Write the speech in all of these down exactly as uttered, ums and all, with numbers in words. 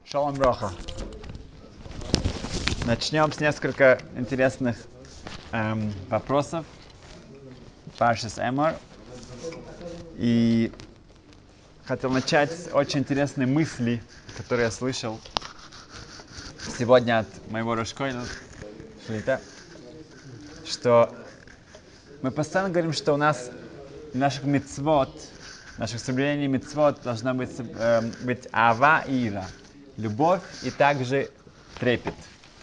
Шалом броха. Начнем с несколько интересных эм, вопросов. Паршас Эмор. И хотел начать с очень интересной мысли, которую я слышал сегодня от моего Рошкойна, что мы постоянно говорим, что у нас наших мицвот, наших соблюдений мицвот должна быть, э, быть ава и ира. Любовь и также трепет.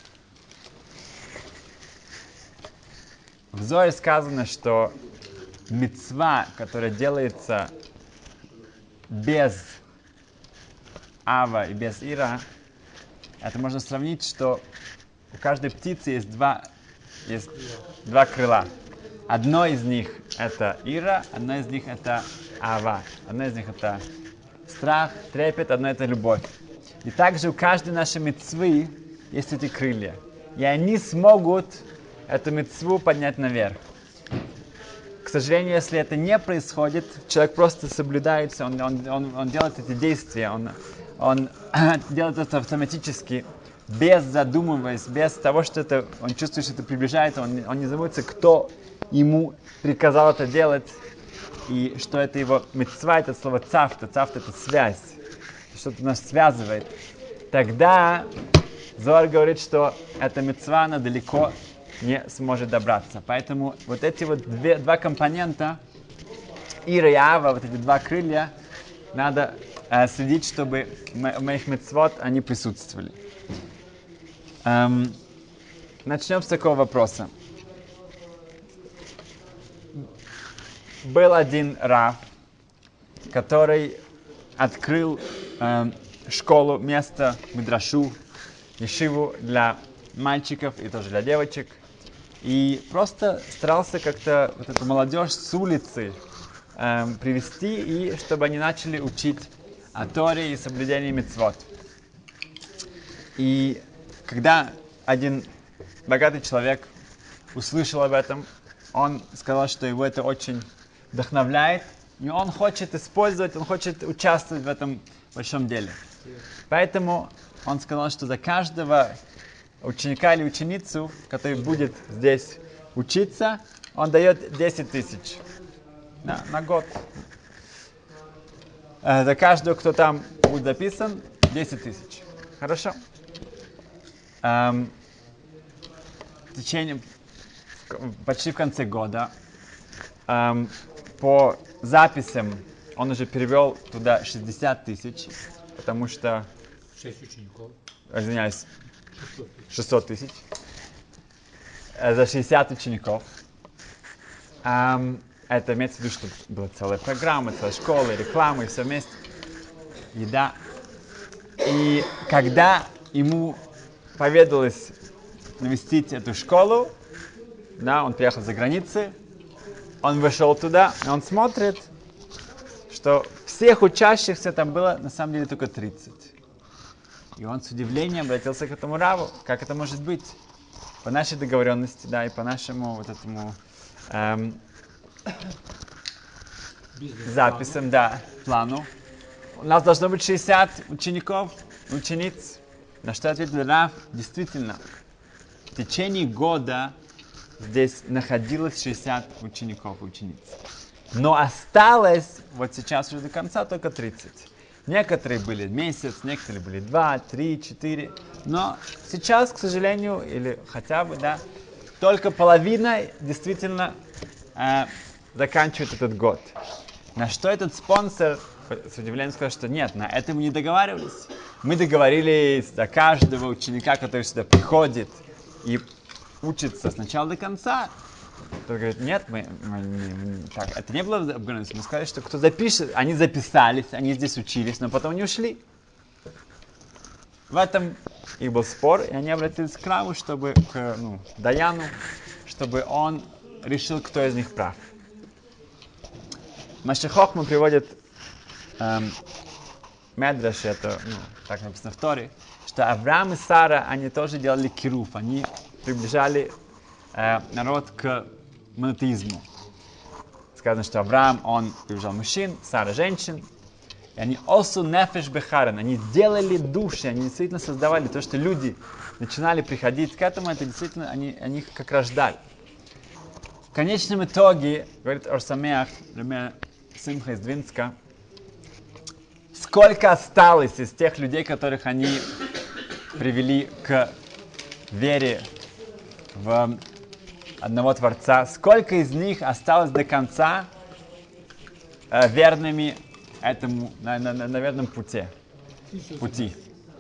В Зоре сказано, что мицва, которая делается без ава и без ира, это можно сравнить, что у каждой птицы есть два, есть два крыла. Одно из них это ира, одно из них это ава. Одно из них это страх, трепет, одно это любовь. И также у каждой нашей мицвы есть эти крылья. И они смогут эту мицву поднять наверх. К сожалению, если это не происходит, человек просто соблюдается, он, он, он, он делает эти действия, он, он делает это автоматически, без задумываясь, без того, что это, он чувствует, что это приближается, он, он не задумывается, кто ему приказал это делать, и что это его мицва, это слово цавта, цавта это связь, что-то нас связывает. Тогда Зоар говорит, что эта мицва, она далеко не сможет добраться. Поэтому вот эти вот две, два компонента, ира и ава, вот эти два крылья, надо э, следить, чтобы в моих мицвот они присутствовали. Эм, начнем с такого вопроса. Был один рав, который открыл э, школу, место, мидрашу, ешиву для мальчиков и тоже для девочек. И просто старался как-то вот эту молодежь с улицы э, привести, и чтобы они начали учить о Торе и соблюдении мицвот. И когда один богатый человек услышал об этом, он сказал, что его это очень вдохновляет, и он хочет использовать, он хочет участвовать в этом большом деле. Поэтому он сказал, что за каждого ученика или ученицу, который будет здесь учиться, он дает десять тысяч на, на год. Э, за каждого, кто там будет записан, десять тысяч. Хорошо? Эм, в течение, почти в конце года, эм, по записям он уже перевел туда шестьдесят тысяч, потому что... шесть учеников. Извиняюсь. шестьсот тысяч за шестьдесят учеников. Um, это имеется в виду, что была целая программа, целая школа, реклама и все вместе. Еда. И когда ему поведалось навестить эту школу, да, он приехал за границы, он вышел туда, и он смотрит, что всех учащихся там было на самом деле только тридцать. И он с удивлением обратился к этому раву. Как это может быть? По нашей договоренности, да, и по нашему вот этому эм, записям, да, плану. У нас должно быть шестьдесят учеников, учениц. На что ответил рав? Действительно, в течение года здесь находилось шестьдесят учеников и учениц. Но осталось вот сейчас уже до конца только тридцать. Некоторые были месяц, некоторые были два, три, четыре. Но сейчас, к сожалению, или хотя бы, да, только половина действительно э, заканчивает этот год. На что этот спонсор с удивлением сказал, что нет, на это мы не договаривались. Мы договорились за каждого ученика, который сюда приходит и учится с начала до конца. Кто говорит, нет, мы, мы, мы, мы так, это не было обговорено. Мы сказали, что кто запишет, они записались, они здесь учились, но потом не ушли. В этом их был спор, и они обратились к раву, чтобы, к ну, Даяну, чтобы он решил, кто из них прав. Маши Хохма приводит эм, Медраш, это, ну, так написано в Торе, что Авраам и Сара, они тоже делали кируф, они приближали э, народ к монотеизму. Сказано, что Авраам, он приближал мужчин, Сара женщин. И они осу нефеш бехарен, они делали души, они действительно создавали то, что люди начинали приходить к этому, это действительно они, они их как рождали. В конечном итоге, говорит Ор Самеах, Ребе Симха из Двинска, сколько осталось из тех людей, которых они привели к вере в одного Творца, сколько из них осталось до конца э, верными этому, на, на, на верном пути. пути.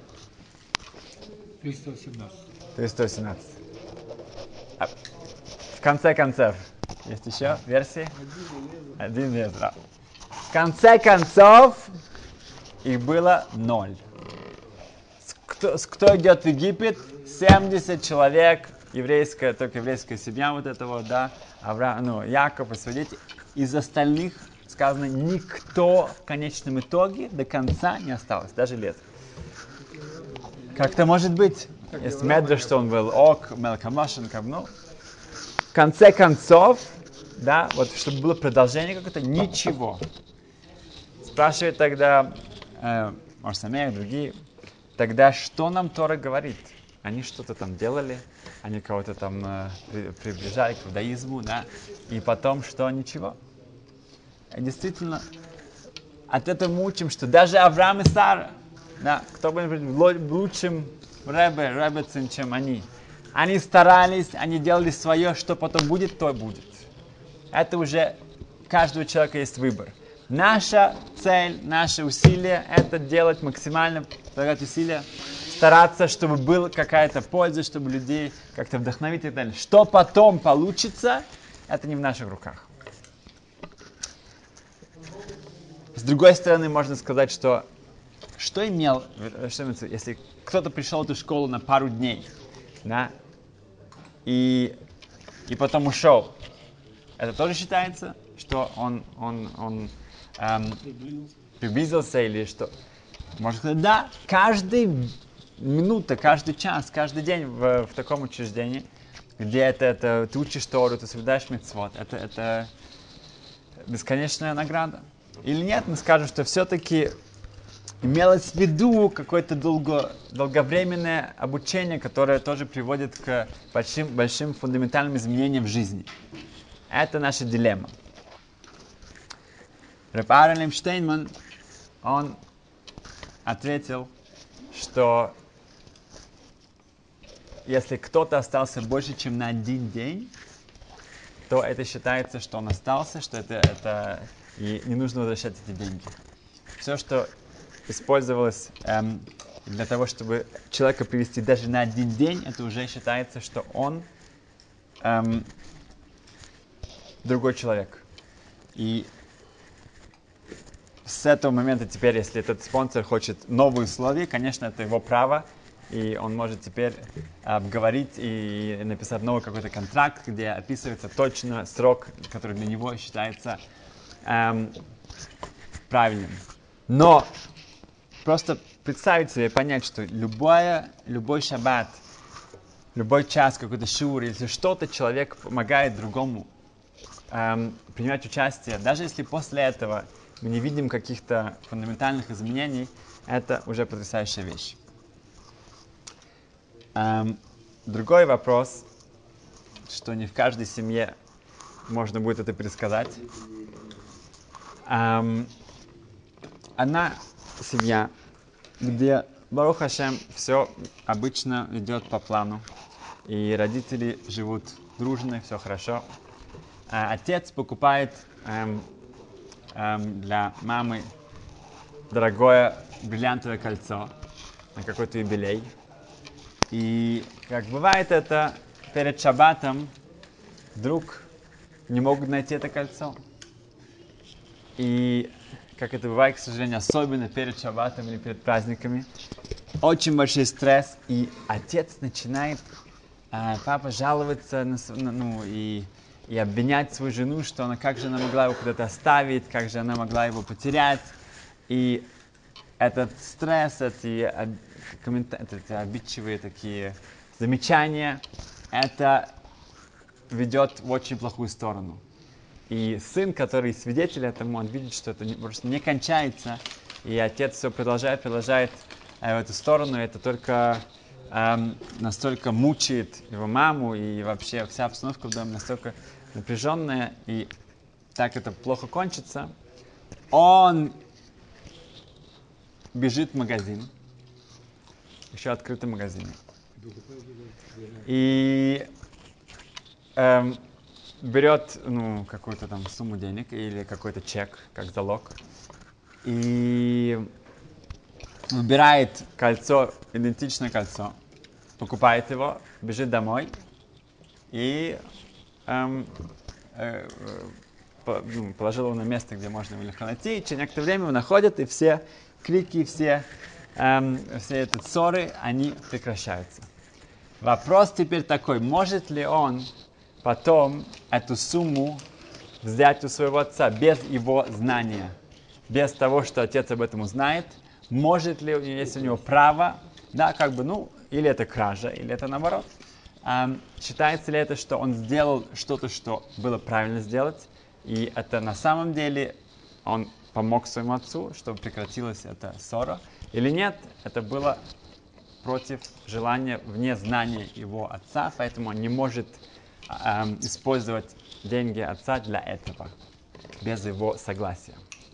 триста восемнадцать. триста восемнадцать. А, в конце концов, есть еще версии? Один вес, да. В конце концов, их было ноль. Кто, кто идет в Египет? семьдесят человек, еврейская, только еврейская семья вот этого, да, Авраам, ну, Яков и свидетели. Из остальных сказано, никто в конечном итоге до конца не осталось, даже лет. Как-то может быть, есть медреш, что он был ок, мелкомашин, как, ну, в конце концов, да, вот чтобы было продолжение какое-то, ничего. Спрашивает тогда э, Ор Самеах, другие, тогда что нам Тора говорит? Они что-то там делали, они кого-то там э, при, приближали к иудаизму, да, и потом что? Ничего. И действительно, от этого мы учим, что даже Авраам и Сара, да, кто бы был лучшим ребе, ребецем, чем они, они старались, они делали свое, что потом будет, то будет. Это уже у каждого человека есть выбор. Наша цель, наше усилие – это делать максимально, прилагать усилия, стараться, чтобы была какая-то польза, чтобы людей как-то вдохновить и так далее. Что потом получится, это не в наших руках. С другой стороны, можно сказать, что что имел, что имеется, если кто-то пришел в эту школу на пару дней, да, и, и потом ушел, это тоже считается, что он, он, он эм, приблизился или что? Можно сказать, да, каждый минута, каждый час, каждый день в, в таком учреждении, где это, это, ты учишь Тору, ты соблюдаешь мицвот, это, это бесконечная награда. Или нет, мы скажем, что все-таки имелось в виду какое-то долго, долговременное обучение, которое тоже приводит к большим, большим фундаментальным изменениям в жизни. Это наша дилемма. Реб Аарон Штейнман, он ответил, что если кто-то остался больше, чем на один день, то это считается, что он остался, что это, это и не нужно возвращать эти деньги. Все, что использовалось эм, для того, чтобы человека привести даже на один день, это уже считается, что он эм, другой человек. И с этого момента теперь, если этот спонсор хочет новые условия, конечно, это его право, и он может теперь обговорить и написать новый какой-то контракт, где описывается точно срок, который для него считается эм, правильным. Но просто представить себе и понять, что любое, любой шаббат, любой час, какой-то шур, если что-то человек помогает другому эм, принимать участие, даже если после этого мы не видим каких-то фундаментальных изменений, это уже потрясающая вещь. Эм, другой вопрос, что не в каждой семье можно будет это предсказать. Эм, одна семья, где, Барух Ашем, все обычно идет по плану, и родители живут дружно, все хорошо. А отец покупает эм, эм, для мамы дорогое бриллиантовое кольцо на какой-то юбилей. И, как бывает это, перед шаббатом вдруг не могут найти это кольцо. И, как это бывает, к сожалению, особенно перед шаббатом или перед праздниками, очень большой стресс, и отец начинает, э, папа жаловаться на, ну, и, и обвинять свою жену, что она, как же она могла его куда-то оставить, как же она могла его потерять. И этот стресс, эти, коммента... эти обидчивые такие замечания, это ведет в очень плохую сторону. И сын, который свидетель этому, он видит, что это не, просто не кончается И отец все продолжает, продолжает э, в эту сторону. Это только э, настолько мучает его маму, и вообще вся обстановка в доме настолько напряженная, и так это плохо кончится. Он бежит в магазин, еще открытый магазин, и эм, берет ну, какую-то там сумму денег или какой-то чек, как залог, и выбирает кольцо, идентичное кольцо, покупает его, бежит домой и эм, э, по, ну, положил его на место, где можно его легко найти. И через некоторое время его находят, и все крики, все, эм, все эти ссоры, они прекращаются. Вопрос теперь такой, может ли он потом эту сумму взять у своего отца без его знания, без того, что отец об этом узнает? Может ли, если у него право, да, как бы, ну, или это кража, или это наоборот. Эм, считается ли это, что он сделал что-то, что было правильно сделать, и это на самом деле он помог своему отцу, чтобы прекратилась эта ссора, или нет, это было против желания, вне знания его отца, поэтому он не может эм, использовать деньги отца для этого, без его согласия.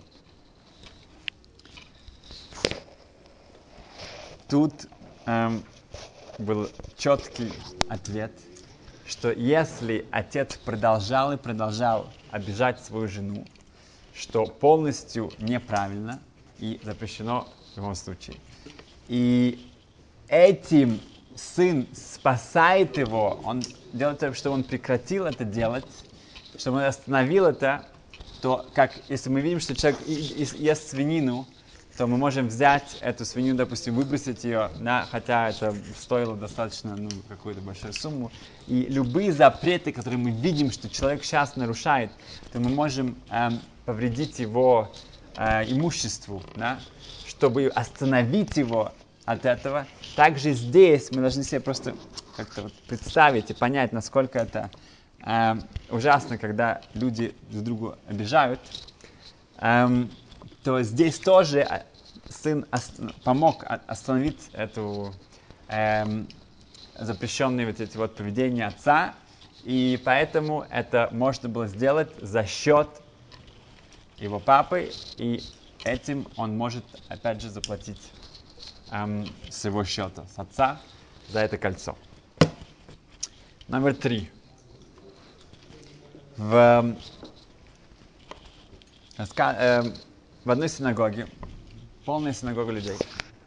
Тут эм, был четкий ответ, что если отец продолжал и продолжал обижать свою жену, что полностью неправильно и запрещено в любом случае. И этим сын спасает его, он делает так, чтобы он прекратил это делать, чтобы он остановил это, то как если мы видим, что человек ест свинину, то мы можем взять эту свинью, допустим, выбросить ее, да, хотя это стоило достаточно, ну, какую-то большую сумму. И любые запреты, которые мы видим, что человек сейчас нарушает, то мы можем эм, повредить его э, имуществу, да, чтобы остановить его от этого. Также здесь мы должны себе просто как-то вот представить и понять, насколько это э, ужасно, когда люди друг друга обижают. Эм, то здесь тоже сын ост- помог остановить эту эм, запрещенные вот эти вот поведения отца, и поэтому это можно было сделать за счет его папы, и этим он может опять же заплатить эм, с его счета, с отца, за это кольцо. Номер три. В, э, э, в одной синагоге, полная синагога людей,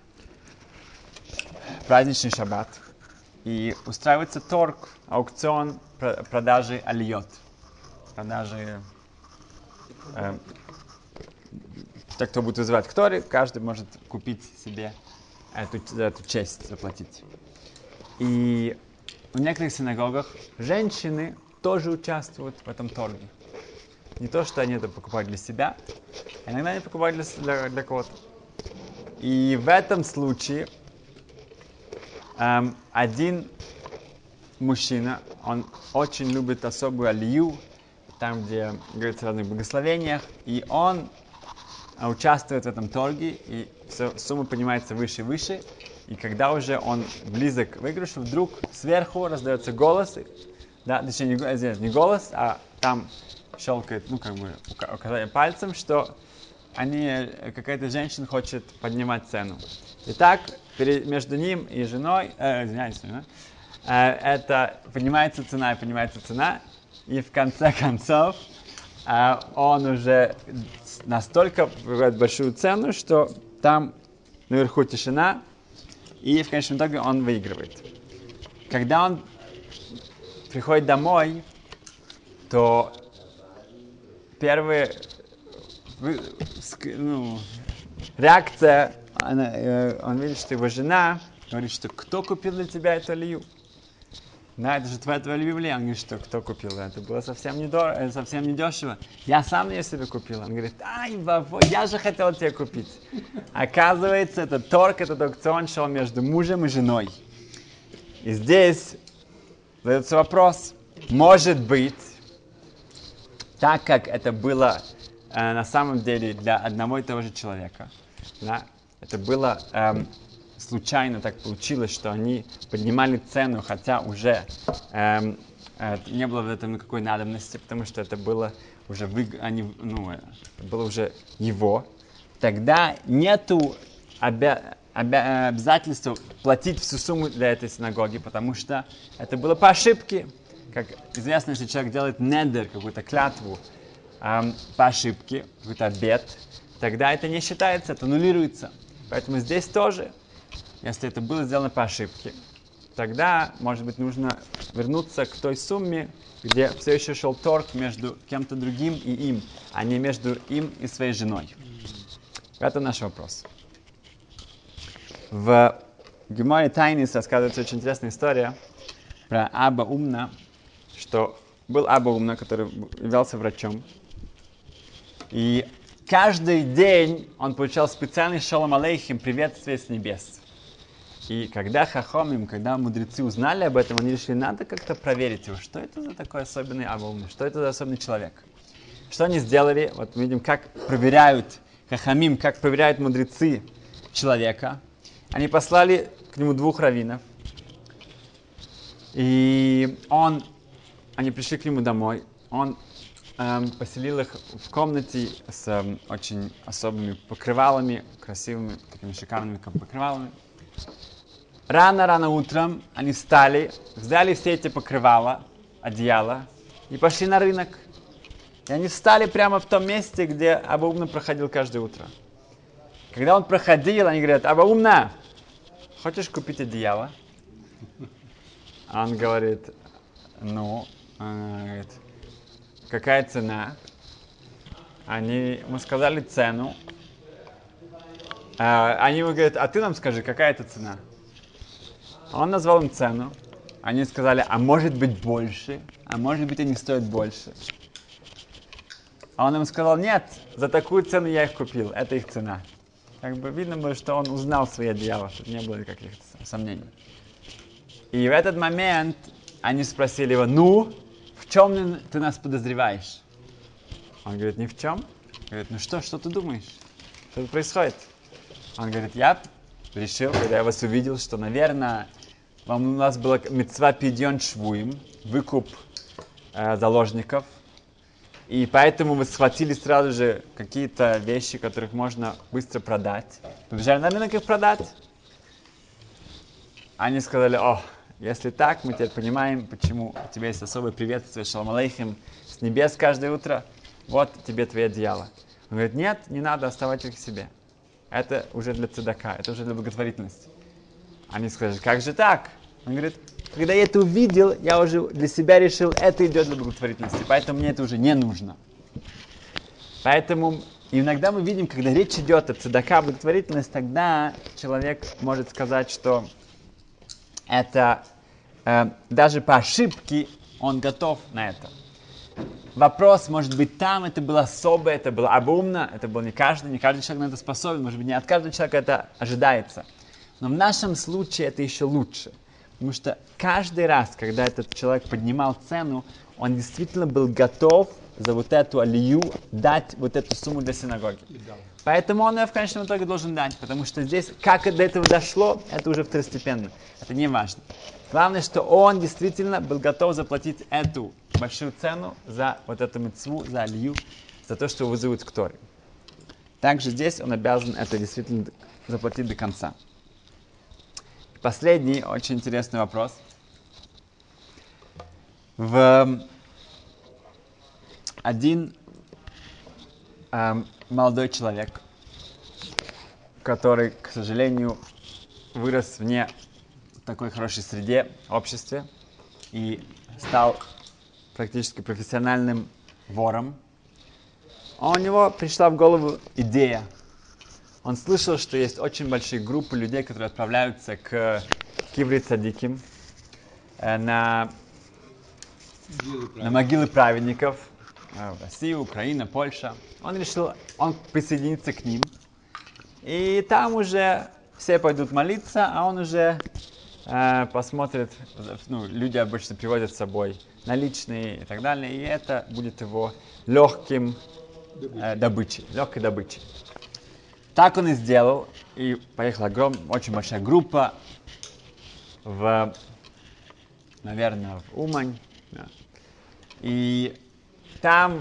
праздничный шаббат, и устраивается торг, аукцион продажи алиот, продажи э, те, кто будет вызывать кторы, каждый может купить себе эту, эту честь, заплатить. И в некоторых синагогах женщины тоже участвуют в этом торге. Не то, что они это покупают для себя, а иногда они покупают для, для, для кого-то. И в этом случае эм, один мужчина, он очень любит особую алию, там, где говорится о разных благословениях, и он участвует в этом торге, и все, сумма поднимается выше и выше, и когда уже он близок к выигрышу, вдруг сверху раздается голос, да, точнее, не, не голос, а там щелкает, ну, как бы, указание пальцем, что они, какая-то женщина хочет поднимать цену. Итак, перед, между ним и женой, э, извиняюсь, э, это поднимается цена и поднимается цена, и в конце концов э, он уже настолько выбирает большую цену, что там наверху тишина, и в конечном итоге он выигрывает. Когда он приходит домой, то первая ну, реакция, она, э, он видит, что его жена говорит, что кто купил для тебя эту алию? Да, это же твоя, твоя любимая. Он говорит, что кто купил? Это было совсем недорого, совсем недешево. Я сам ее себе купил. Он говорит, ай, бабо, я же хотел тебе купить. Оказывается, этот торг, этот аукцион шел между мужем и женой. И здесь задается вопрос, может быть, так как это было э, на самом деле для одного и того же человека, Да? Это было эм, случайно так получилось, что они поднимали цену, хотя уже эм, э, не было в этом никакой надобности, потому что это было уже, вы, они, ну, это было уже его. Тогда нету обя, обя, обязательства платить всю сумму для этой синагоги, потому что это было по ошибке. Как известно, если человек делает недер, какую-то клятву эм, по ошибке, какой-то обет, тогда это не считается, это аннулируется. Поэтому здесь тоже, если это было сделано по ошибке, тогда, может быть, нужно вернуться к той сумме, где все еще шел торг между кем-то другим и им, а не между им и своей женой. Это наш вопрос. В Геморе Тайнис рассказывается очень интересная история про Аба Умна, что был Аба Умна, который являлся врачом, и каждый день он получал специальный шалом алейхим, приветствие с небес. И когда хахомим, когда мудрецы узнали об этом, они решили, надо как-то проверить его, что это за такой особенный Аба Умна, что это за особенный человек. Что они сделали? Вот мы видим, как проверяют хахамим, как проверяют мудрецы человека. Они послали к нему двух раввинов. И он, они пришли к нему домой. Он эм, поселил их в комнате с эм, очень особыми покрывалами, красивыми, такими шикарными покрывалами. Рано-рано утром они встали, взяли все эти покрывала, одеяла и пошли на рынок. И они встали прямо в том месте, где Аба Умна проходил каждое утро. Когда он проходил, они говорят: Аба Умна, хочешь купить одеяло? А он говорит: ну, он говорит, какая цена? Они ему сказали цену. А, они ему говорят: а ты нам скажи, какая это цена? Он назвал им цену. Они сказали: а может быть больше? А может быть они стоят больше? А он им сказал: нет, за такую цену я их купил, это их цена. Как бы видно было, что он узнал свои одеяла, чтобы не было каких-то сомнений. И в этот момент они спросили его: ну, в чем ты нас подозреваешь? Он говорит: ни в чем. Говорит: ну что, что ты думаешь? Что тут происходит? Он говорит: я решил, когда я вас увидел, что, наверное, вам, у нас была мицва пидьон швуим, выкуп э, заложников, и поэтому вы схватили сразу же какие-то вещи, которых можно быстро продать. Побежали на рынок их продать. Они сказали: о, если так, мы теперь понимаем, почему у тебя есть особое приветствие, шалом алейхим, с небес каждое утро. Вот тебе твои одеяла. Он говорит: нет, не надо, оставать их себе. Это уже для цедака, это уже для благотворительности. Они сказали: как же так? Он говорит: когда я это увидел, я уже для себя решил, это идет для благотворительности, поэтому мне это уже не нужно. Поэтому иногда мы видим, когда речь идет о цедака, благотворительность, тогда человек может сказать, что это э, даже по ошибке он готов на это. Вопрос, может быть, там это было особое, это было обумно, это был не каждый, не каждый человек на это способен, может быть, не от каждого человека это ожидается. Но в нашем случае это еще лучше. Потому что каждый раз, когда этот человек поднимал цену, он действительно был готов за вот эту алию дать вот эту сумму для синагоги. Поэтому он ее в конечном итоге должен дать. Потому что здесь, как до этого дошло, это уже второстепенно. Это не важно. Главное, что он действительно был готов заплатить эту большую цену за вот эту мицву, за алию, за то, что его вызовут к Торе. Также здесь он обязан это действительно заплатить до конца. Последний очень интересный вопрос. В один э, молодой человек, который, к сожалению, вырос вне такой хорошей среде, обществе, и стал практически профессиональным вором, у него пришла в голову идея. Он слышал, что есть очень большие группы людей, которые отправляются к Киври Цадиким, э, на, на могилы праведников э, в России, Украина, Польша. Он решил, он присоединится к ним. И там уже все пойдут молиться, а он уже э, посмотрит, ну, люди обычно приводят с собой наличные и так далее, и это будет его легким э, добычей, легкой добычей. Так он и сделал, и поехала огром... очень большая группа в, наверное, в Умань. Да. И там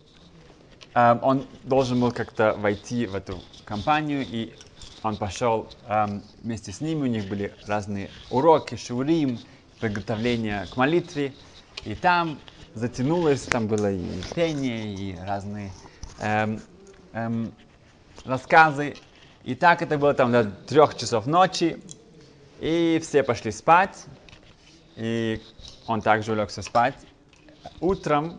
э, он должен был как-то войти в эту компанию, и он пошел э, вместе с ними, у них были разные уроки, шаурим, приготовление к молитве, и там затянулось, там было и пение, и разные эм, эм, рассказы. И так это было там до трех часов ночи, и все пошли спать, и он также улегся спать. Утром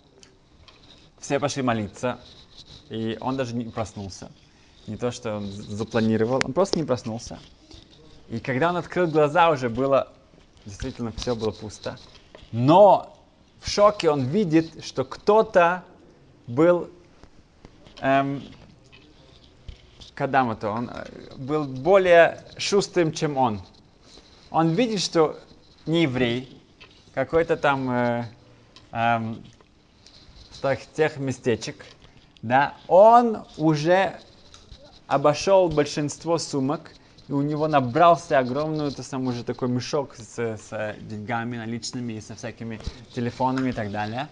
все пошли молиться, и он даже не проснулся. Не то, что он запланировал, он просто не проснулся. И когда он открыл глаза, уже было, действительно, все было пусто. Но в шоке он видит, что кто-то был, эм, Кадам это, он был более шустрым, чем он. Он видит, что не еврей, какой-то там э, э, с тех местечек, да, он уже обошел большинство сумок, и у него набрался огромный, это сам уже такой мешок с, с деньгами наличными, со всякими телефонами и так далее.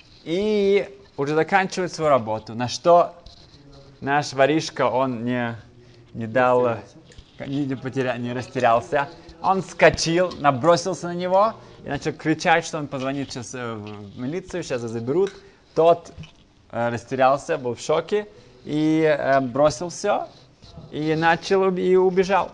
И уже заканчивает свою работу, на что наш воришка, он не, не дал, не, не, потеря, не растерялся. Он вскочил, набросился на него и начал кричать, что он позвонит сейчас в милицию, сейчас заберут. Тот э, растерялся, был в шоке и э, бросил все и начал и убежал.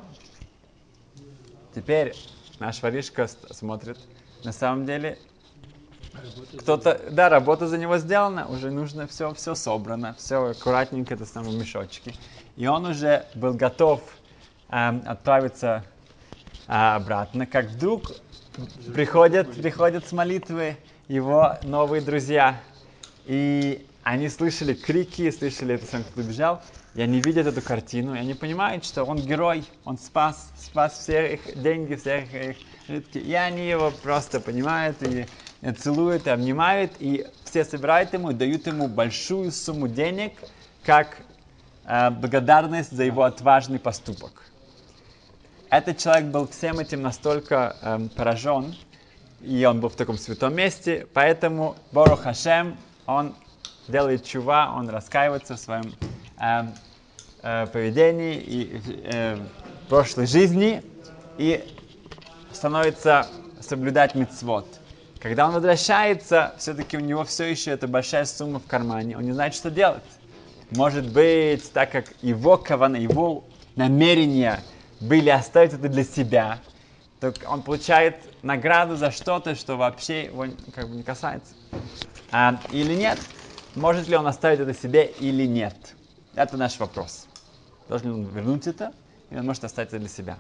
Теперь наш воришка смотрит, на самом деле кто-то, да, работа за него сделана, уже нужно все, все собрано, все аккуратненько, это самые мешочки. И он уже был готов э, отправиться э, обратно, как вдруг приходят, приходят с молитвы его новые друзья. И они слышали крики, слышали это сам, кто бежал, и они видят эту картину, и они понимают, что он герой, он спас, спас все их деньги, все их житки. И они его просто понимают, и целуют, и обнимают, и все собирают ему и дают ему большую сумму денег, как э, благодарность за его отважный поступок. Этот человек был всем этим настолько э, поражен, и он был в таком святом месте, поэтому Борух Хашем, он делает чува, он раскаивается в своем э, э, поведении и э, прошлой жизни, и становится соблюдать мицвот. Когда он возвращается, все-таки у него все еще эта большая сумма в кармане, он не знает, что делать. Может быть, так как его кавана, его намерения были оставить это для себя, то он получает награду за что-то, что вообще его как бы не касается. А, или нет? Может ли он оставить это себе или нет? Это наш вопрос. Должен ли он вернуть это, или он может оставить это для себя?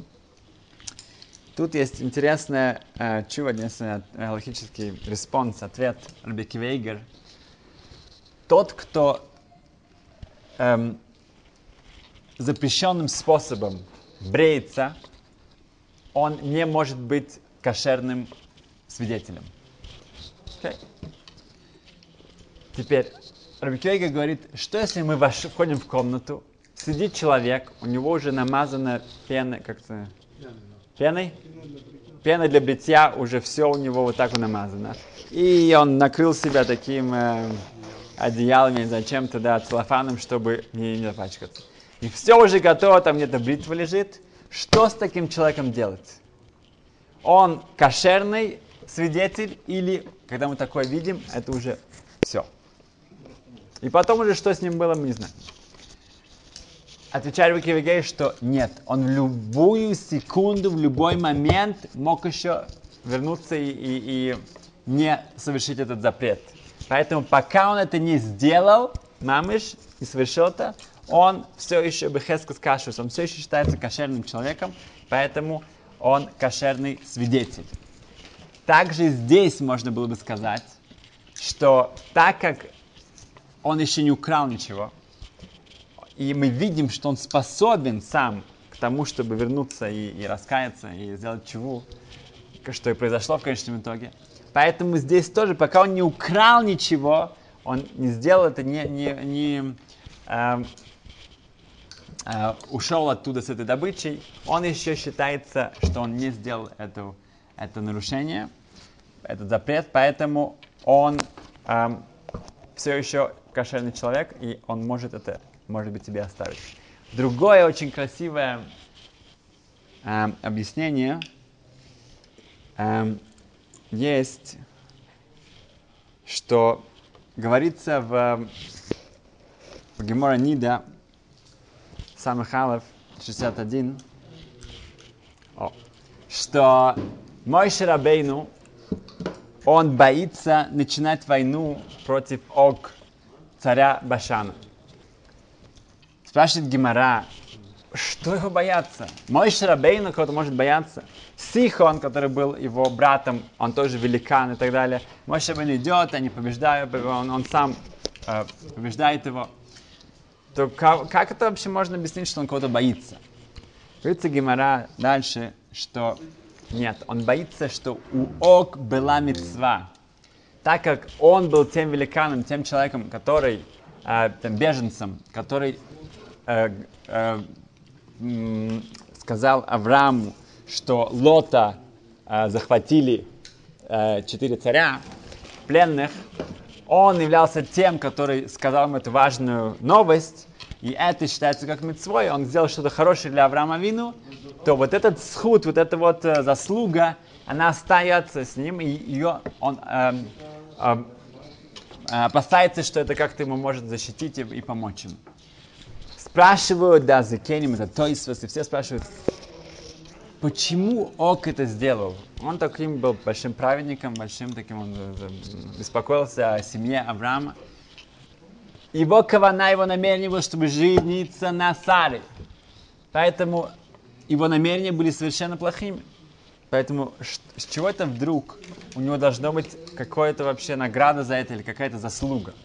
Тут есть интересная э, чува, единственный э, логический респонс, ответ Раби Акива Эйгер. Тот, кто эм, запрещенным способом бреется, он не может быть кошерным свидетелем. Okay? Теперь Раби Акива Эйгер говорит, что если мы вош... входим в комнату, сидит человек, у него уже намазана пена, как-то... Пеной? Пена для бритья, уже все у него вот так вот намазано. И он накрыл себя таким э, одеялом, не знаю, чем-то, да, целлофаном, чтобы не, не запачкаться. И все уже готово, там где-то бритва лежит. Что с таким человеком делать? Он кошерный свидетель или, когда мы такое видим, это уже все. И потом уже, что с ним было, мы не знаем. Отвечает Раби Акива Эйгер, что нет, он в любую секунду, в любой момент мог еще вернуться и, и, и не совершить этот запрет. Поэтому пока он это не сделал, мамыш, не совершил это, он все еще бехескас кашус, он все еще считается кошерным человеком, поэтому он кошерный свидетель. Также здесь можно было бы сказать, что так как он еще не украл ничего, и мы видим, что он способен сам к тому, чтобы вернуться и, и раскаяться, и сделать чуву, что и произошло в конечном итоге. Поэтому здесь тоже, пока он не украл ничего, он не сделал это, не, не, не, э, э, ушел оттуда с этой добычей, он еще считается, что он не сделал эту, это нарушение, этот запрет, поэтому он э, все еще кошерный человек, и он может это, может быть, себе оставить. Другое очень красивое э, объяснение э, есть, что говорится в, в Гемора Нида, Самых Алеф, шестьдесят один, о, что Моше Рабейну, он боится начинать войну против Ог, царя Башана. Спрашивает Гемара, что его бояться? Моше Рабейну кого-то может бояться. Сихон, который был его братом, он тоже великан и так далее. Моше Рабейну идет, они побеждают, он, он сам э, побеждает его. То как, как это вообще можно объяснить, что он кого-то боится? Говорится Гемара дальше, что нет, он боится, что у Ог была мицва. Так как он был тем великаном, тем человеком, который, э, тем беженцем, который э, э, э, сказал Аврааму, что Лота э, захватили э, четыре царя пленных, он являлся тем, который сказал ему эту важную новость, и это считается как мицвой, он сделал что-то хорошее для Авраама Авину, то вот этот схуд, вот эта вот э, заслуга, она остается с ним, и ее он э, э, опасается, что это как-то ему может защитить и, и помочь ему. Спрашивают, да, Зекеним, это Тойсвос, и все спрашивают, почему Ог это сделал? Он таким был большим праведником, большим таким, он беспокоился о семье Авраама. Его кавана, его намерение было, чтобы жениться на Саре. Поэтому его намерения были совершенно плохими. Поэтому с чего это вдруг у него должно быть какая-то вообще награда за это или какая-то заслуга?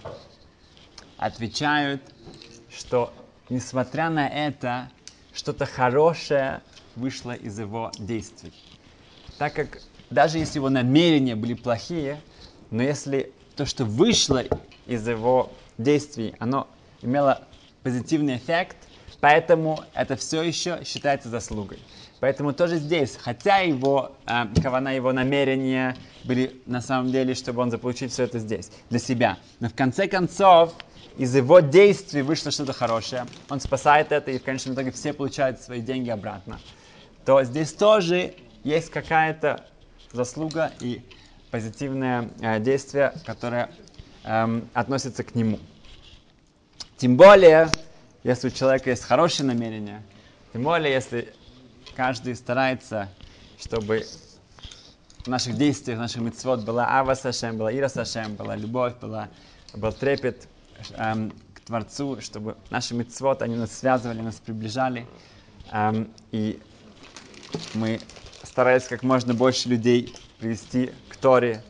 Отвечают, что несмотря на это, что-то хорошее вышло из его действий. Так как даже если его намерения были плохие, но если то, что вышло из его действий, оно имело позитивный эффект, поэтому это все еще считается заслугой. Поэтому тоже здесь, хотя его э, кавана, его намерения были на самом деле, чтобы он заполучил все это здесь, для себя. Но в конце концов, из его действий вышло что-то хорошее. Он спасает это, и в конечном итоге все получают свои деньги обратно. То здесь тоже есть какая-то заслуга и позитивное э, действие, которое э, относится к нему. Тем более, если у человека есть хорошие намерения, тем более, если каждый старается, чтобы в наших действиях, в наших мицвот была ава Сашем, была ира Сашем, была любовь, была, был трепет эм, к Творцу, чтобы наши мицвот, они нас связывали, нас приближали, эм, и мы старались как можно больше людей привести к Торе.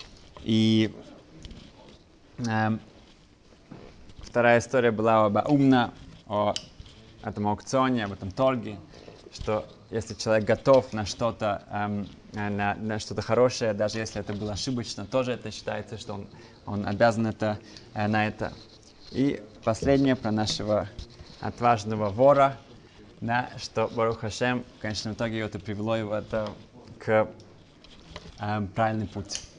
И эм, вторая история была об Умна, о этом аукционе, об этом торге, что если человек готов на что-то, эм, на, на что-то хорошее, даже если это было ошибочно, тоже это считается, что он, он обязан это, э, на это. И последнее про нашего отважного вора, да, что Барух Хашем, в конечном итоге это привело его это к э, правильный путь.